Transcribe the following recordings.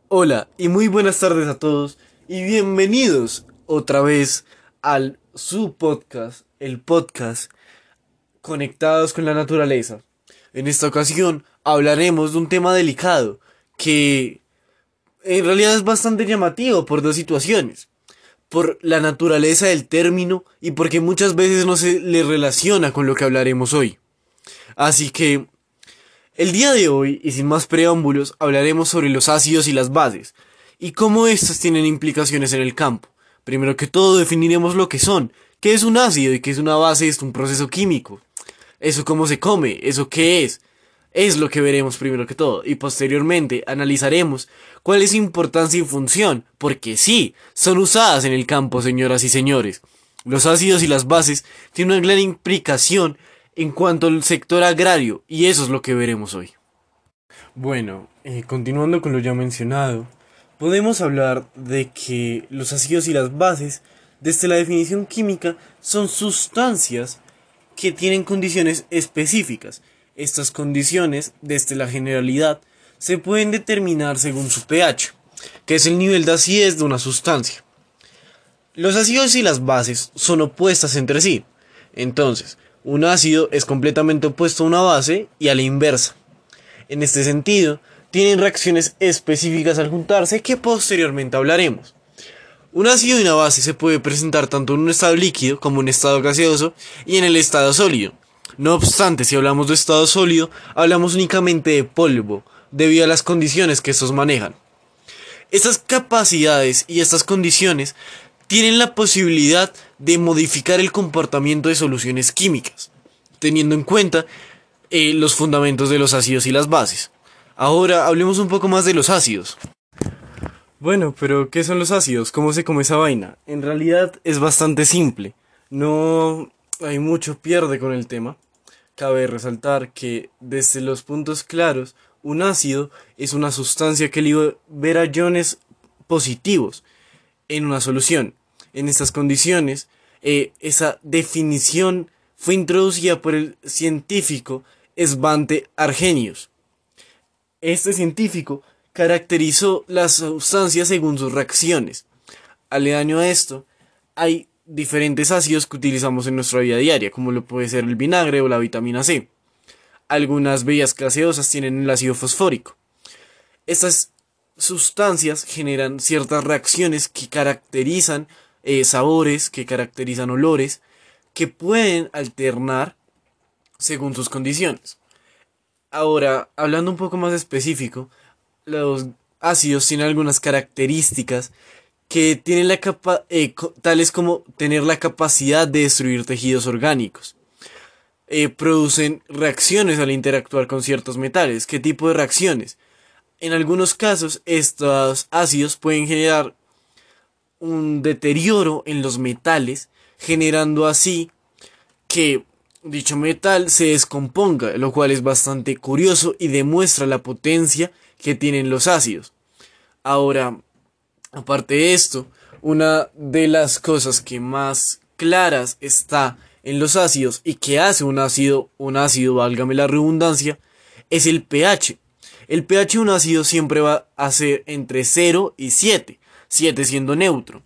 Hola y muy buenas tardes a todos y bienvenidos otra vez al su podcast, el podcast Conectados con la Naturaleza. En esta ocasión hablaremos de un tema delicado que en realidad es bastante llamativo por dos situaciones. Por la naturaleza del término y porque muchas veces no se le relaciona con lo que hablaremos hoy. Así que el día de hoy, y sin más preámbulos, hablaremos sobre los ácidos y las bases, y cómo estos tienen implicaciones en el campo. Primero que todo, definiremos lo que son, qué es un ácido y qué es una base, es un proceso químico. Eso cómo se come, eso qué es lo que veremos primero que todo, y posteriormente analizaremos cuál es su importancia y función, porque sí, son usadas en el campo, señoras y señores. Los ácidos y las bases tienen una gran implicación en cuanto al sector agrario, y eso es lo que veremos hoy. Bueno, continuando con lo ya mencionado, podemos hablar de que los ácidos y las bases, desde la definición química, son sustancias que tienen condiciones específicas. Estas condiciones, desde la generalidad, se pueden determinar según su pH, que es el nivel de acidez de una sustancia. Los ácidos y las bases son opuestas entre sí. Entonces, un ácido es completamente opuesto a una base y a la inversa. En este sentido, tienen reacciones específicas al juntarse que posteriormente hablaremos. Un ácido y una base se puede presentar tanto en un estado líquido como en un estado gaseoso y en el estado sólido. No obstante, si hablamos de estado sólido, hablamos únicamente de polvo, debido a las condiciones que estos manejan. Estas capacidades y estas condiciones tienen la posibilidad de modificar el comportamiento de soluciones químicas, teniendo en cuenta los fundamentos de los ácidos y las bases. Ahora hablemos un poco más de los ácidos. Bueno, pero ¿qué son los ácidos? ¿Cómo se come esa vaina? En realidad es bastante simple. No hay mucho pierde con el tema. Cabe resaltar que desde los puntos claros, un ácido es una sustancia que libera iones positivos en una solución. En estas condiciones, esa definición fue introducida por el científico Svante Arrhenius. Este científico caracterizó las sustancias según sus reacciones. Aledaño a esto, hay diferentes ácidos que utilizamos en nuestra vida diaria, como lo puede ser el vinagre o la vitamina C. Algunas bebidas gaseosas tienen el ácido fosfórico. Estas sustancias generan ciertas reacciones que caracterizan sabores, que caracterizan olores, que pueden alternar según sus condiciones. Ahora, hablando un poco más específico, los ácidos tienen algunas características que tienen tales como tener la capacidad de destruir tejidos orgánicos. Producen reacciones al interactuar con ciertos metales. ¿Qué tipo de reacciones? En algunos casos, estos ácidos pueden generar un deterioro en los metales, generando así que dicho metal se descomponga, lo cual es bastante curioso y demuestra la potencia que tienen los ácidos. Ahora, aparte de esto, una de las cosas que más claras está en los ácidos y que hace un ácido, válgame la redundancia, es el pH. El pH de un ácido siempre va a ser entre 0 y 7, 7 siendo neutro.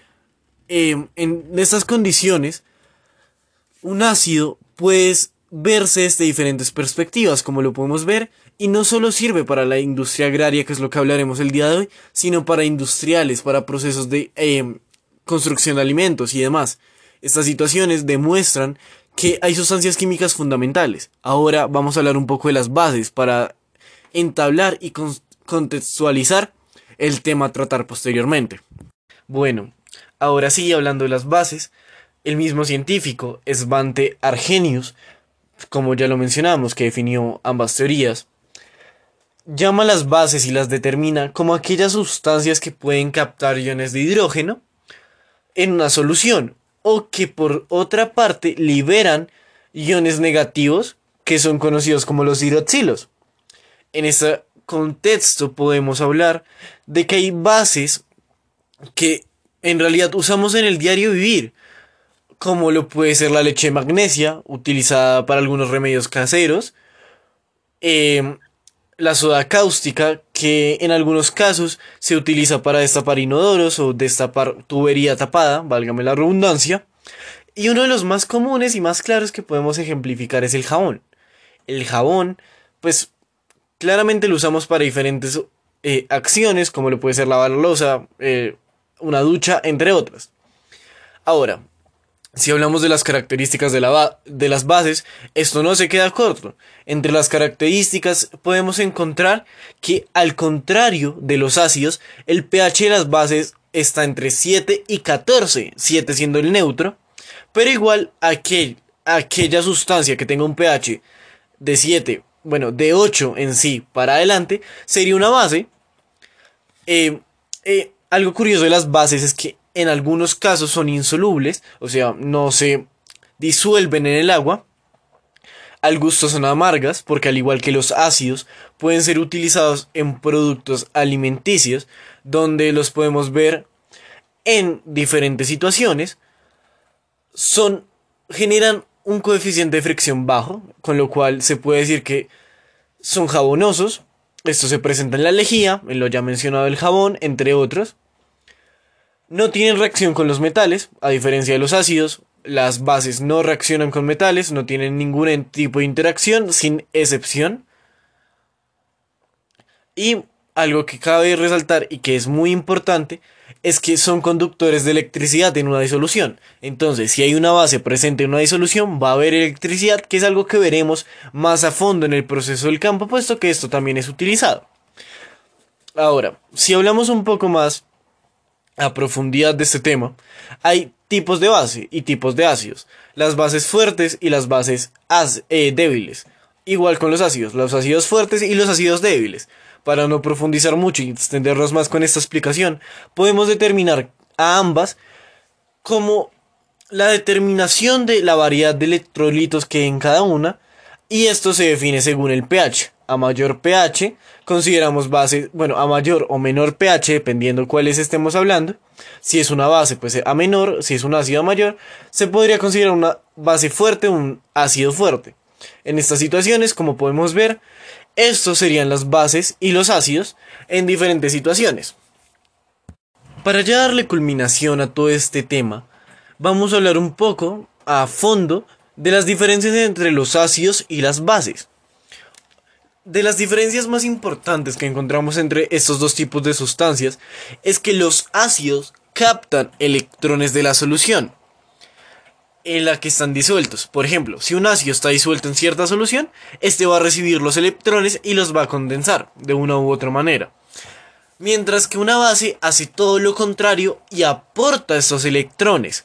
En estas condiciones, un ácido puede verse desde diferentes perspectivas, como lo podemos ver, y no solo sirve para la industria agraria, que es lo que hablaremos el día de hoy, sino para industriales, para procesos de construcción de alimentos y demás. Estas situaciones demuestran que hay sustancias químicas fundamentales. Ahora vamos a hablar un poco de las bases para entablar y contextualizar el tema a tratar posteriormente. Bueno, ahora sí, hablando de las bases, el mismo científico, Svante Arrhenius, como ya lo mencionamos, que definió ambas teorías, llama las bases y las determina como aquellas sustancias que pueden captar iones de hidrógeno en una solución o que por otra parte liberan iones negativos que son conocidos como los hidroxilos. En este contexto podemos hablar de que hay bases que en realidad usamos en el diario vivir, como lo puede ser la leche de magnesia, utilizada para algunos remedios caseros, eh, la soda cáustica, que en algunos casos se utiliza para destapar inodoros o destapar tubería tapada, válgame la redundancia. Y uno de los más comunes y más claros que podemos ejemplificar es el jabón. El jabón, pues claramente lo usamos para diferentes acciones, como lo puede ser lavar la loza, una ducha, entre otras. Ahora, si hablamos de las características de las bases, esto no se queda corto. Entre las características podemos encontrar que, al contrario de los ácidos, el pH de las bases está entre 7 y 14, 7 siendo el neutro, pero igual aquella sustancia que tenga un pH de 7, bueno, de 8 en sí para adelante, sería una base. Algo curioso de las bases es que en algunos casos son insolubles, o sea, no se disuelven en el agua. Al gusto son amargas, porque al igual que los ácidos, pueden ser utilizados en productos alimenticios, donde los podemos ver en diferentes situaciones. Generan un coeficiente de fricción bajo, con lo cual se puede decir que son jabonosos. Esto se presenta en la lejía, en lo ya mencionado del jabón, entre otros. No tienen reacción con los metales, a diferencia de los ácidos. Las bases no reaccionan con metales, no tienen ningún tipo de interacción, sin excepción. Y algo que cabe resaltar y que es muy importante es que son conductores de electricidad en una disolución. Entonces, si hay una base presente en una disolución, va a haber electricidad, que es algo que veremos más a fondo en el proceso del campo, puesto que esto también es utilizado. Ahora, si hablamos un poco más a profundidad de este tema, hay tipos de base y tipos de ácidos. Las bases fuertes y las bases débiles. Igual con los ácidos fuertes y los ácidos débiles. Para no profundizar mucho y extendernos más con esta explicación, podemos determinar a ambas como la determinación de la variedad de electrolitos que hay en cada una, y esto se define según el pH. A mayor pH consideramos base, bueno, a mayor o menor pH, dependiendo cuáles estemos hablando. Si es una base, pues a menor; si es un ácido a mayor, se podría considerar una base fuerte o un ácido fuerte. En estas situaciones, como podemos ver, estos serían las bases y los ácidos en diferentes situaciones. Para ya darle culminación a todo este tema, vamos a hablar un poco a fondo de las diferencias entre los ácidos y las bases. De las diferencias más importantes que encontramos entre estos dos tipos de sustancias es que los ácidos captan electrones de la solución en la que están disueltos. Por ejemplo, si un ácido está disuelto en cierta solución, este va a recibir los electrones y los va a condensar de una u otra manera. Mientras que una base hace todo lo contrario y aporta estos electrones.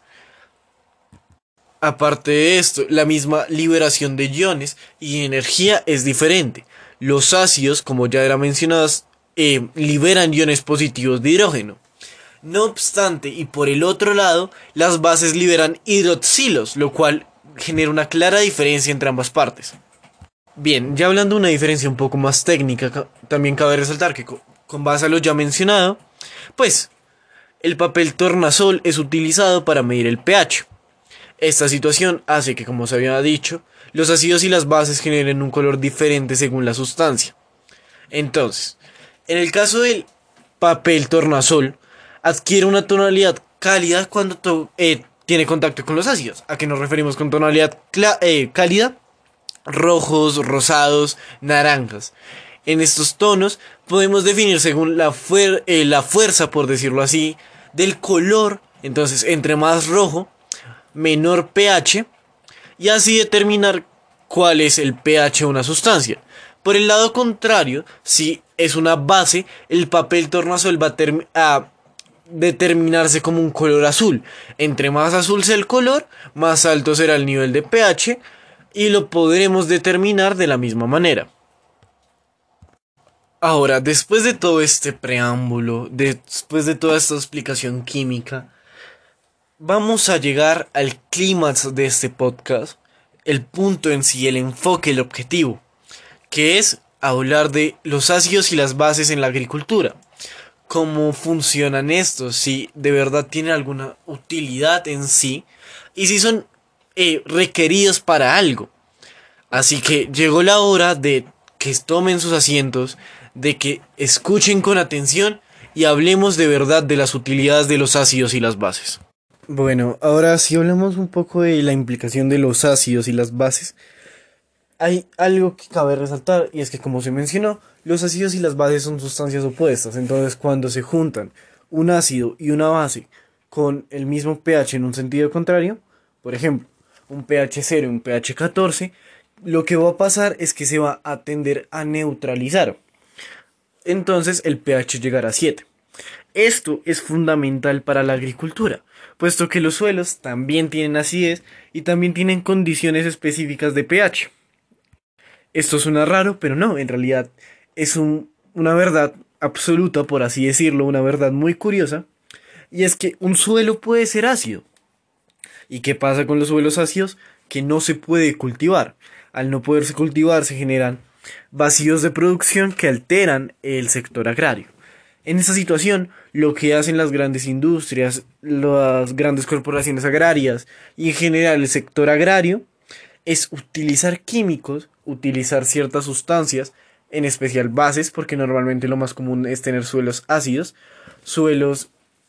Aparte de esto, la misma liberación de iones y energía es diferente. Los ácidos, como ya era mencionado, liberan iones positivos de hidrógeno. No obstante, y por el otro lado, las bases liberan hidroxilos, lo cual genera una clara diferencia entre ambas partes. Bien, ya hablando de una diferencia un poco más técnica, también cabe resaltar que con base a lo ya mencionado, pues el papel tornasol es utilizado para medir el pH. Esta situación hace que, como se había dicho, los ácidos y las bases generen un color diferente según la sustancia. Entonces, en el caso del papel tornasol, adquiere una tonalidad cálida cuando tiene contacto con los ácidos. ¿A qué nos referimos con tonalidad cálida? Rojos, rosados, naranjas. En estos tonos podemos definir según la fuerza, por decirlo así, del color. Entonces, entre más rojo, menor pH, y así determinar cuál es el pH de una sustancia. Por el lado contrario, si es una base, el papel tornasol va a determinarse como un color azul. Entre más azul sea el color, más alto será el nivel de pH, y lo podremos determinar de la misma manera. Ahora, después de todo este preámbulo, después de toda esta explicación química, vamos a llegar al clímax de este podcast, el punto en sí, el enfoque, el objetivo, que es hablar de los ácidos y las bases en la agricultura. Cómo funcionan estos, si de verdad tienen alguna utilidad en sí y si son requeridos para algo. Así que llegó la hora de que tomen sus asientos, de que escuchen con atención y hablemos de verdad de las utilidades de los ácidos y las bases. Bueno, ahora si hablamos un poco de la implicación de los ácidos y las bases, hay algo que cabe resaltar y es que, como se mencionó, los ácidos y las bases son sustancias opuestas. Entonces, cuando se juntan un ácido y una base con el mismo pH en un sentido contrario, por ejemplo, un pH 0 y un pH 14, lo que va a pasar es que se va a tender a neutralizar. Entonces el pH llegará a 7. Esto es fundamental para la agricultura, puesto que los suelos también tienen acidez y también tienen condiciones específicas de pH. Esto suena raro, pero no, en realidad es una verdad absoluta, por así decirlo, una verdad muy curiosa, y es que un suelo puede ser ácido. ¿Y qué pasa con los suelos ácidos? Que no se puede cultivar. Al no poderse cultivar se generan vacíos de producción que alteran el sector agrario. En esta situación, lo que hacen las grandes industrias, las grandes corporaciones agrarias y en general el sector agrario es utilizar químicos, utilizar ciertas sustancias, en especial bases, porque normalmente lo más común es tener suelos ácidos, suelos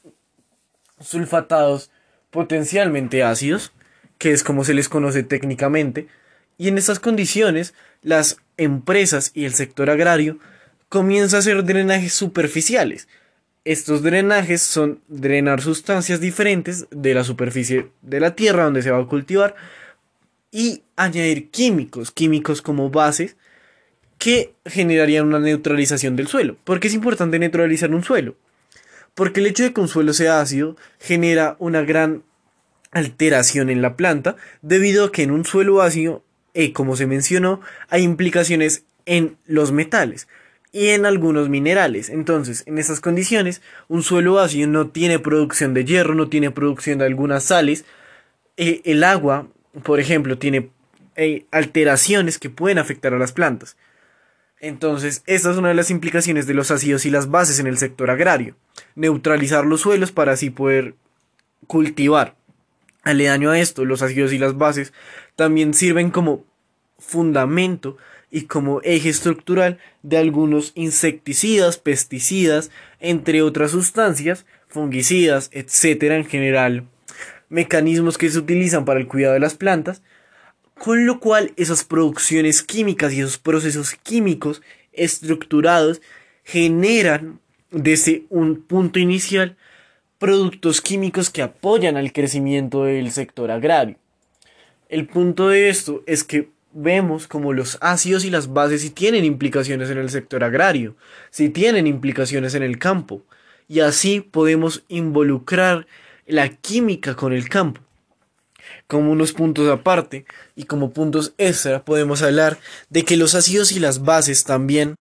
sulfatados potencialmente ácidos, que es como se les conoce técnicamente, y en estas condiciones las empresas y el sector agrario comienzan a hacer drenajes superficiales. Estos drenajes son drenar sustancias diferentes de la superficie de la tierra donde se va a cultivar y añadir químicos como bases que generarían una neutralización del suelo. ¿Por qué es importante neutralizar un suelo? Porque el hecho de que un suelo sea ácido genera una gran alteración en la planta, debido a que en un suelo ácido, como se mencionó, hay implicaciones en los metales y en algunos minerales. Entonces, en estas condiciones, un suelo ácido no tiene producción de hierro, no tiene producción de algunas sales. El agua, por ejemplo, tiene alteraciones que pueden afectar a las plantas. Entonces, esta es una de las implicaciones de los ácidos y las bases en el sector agrario. Neutralizar los suelos para así poder cultivar. Aledaño a esto, los ácidos y las bases también sirven como fundamento y como eje estructural de algunos insecticidas, pesticidas, entre otras sustancias, fungicidas, etcétera, en general, mecanismos que se utilizan para el cuidado de las plantas, con lo cual esas producciones químicas y esos procesos químicos estructurados generan desde un punto inicial productos químicos que apoyan al crecimiento del sector agrario. El punto de esto es que vemos como los ácidos y las bases sí tienen implicaciones en el sector agrario, sí tienen implicaciones en el campo, y así podemos involucrar la química con el campo. Como unos puntos aparte y como puntos extra podemos hablar de que los ácidos y las bases también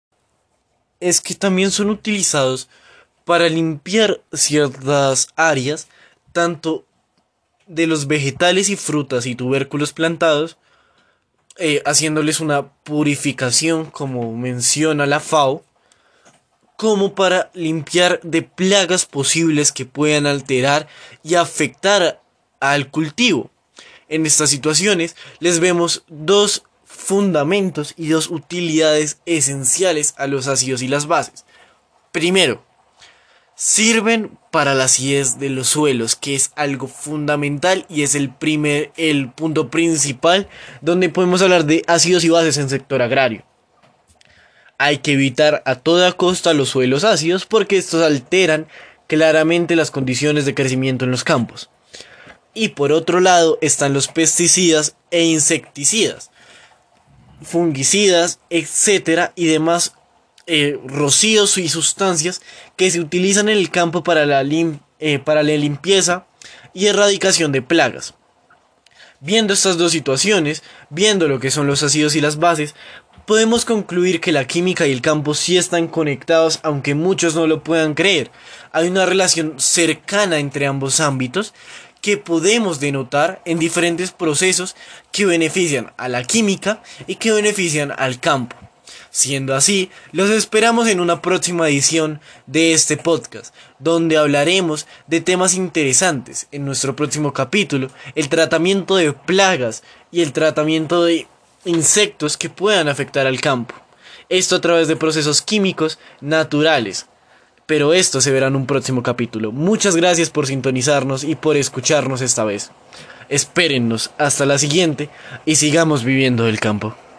son utilizados para limpiar ciertas áreas, tanto de los vegetales y frutas y tubérculos plantados, haciéndoles una purificación, como menciona la FAO, como para limpiar de plagas posibles que puedan alterar y afectar al cultivo. En estas situaciones les vemos dos fundamentos y dos utilidades esenciales a los ácidos y las bases. Primero, sirven para la acidez de los suelos, que es algo fundamental y es el punto principal donde podemos hablar de ácidos y bases en sector agrario. Hay que evitar a toda costa los suelos ácidos porque estos alteran claramente las condiciones de crecimiento en los campos. Y por otro lado están los pesticidas e insecticidas, fungicidas, etcétera, y demás rocíos y sustancias que se utilizan en el campo para la limpieza y erradicación de plagas. Viendo estas dos situaciones, viendo lo que son los ácidos y las bases, podemos concluir que la química y el campo sí están conectados, aunque muchos no lo puedan creer. Hay una relación cercana entre ambos ámbitos que podemos denotar en diferentes procesos que benefician a la química y que benefician al campo. Siendo así, los esperamos en una próxima edición de este podcast, donde hablaremos de temas interesantes. En nuestro próximo capítulo, el tratamiento de plagas y el tratamiento de insectos que puedan afectar al campo. Esto a través de procesos químicos naturales. Pero esto se verá en un próximo capítulo. Muchas gracias por sintonizarnos y por escucharnos esta vez. Espérennos hasta la siguiente y sigamos viviendo del campo.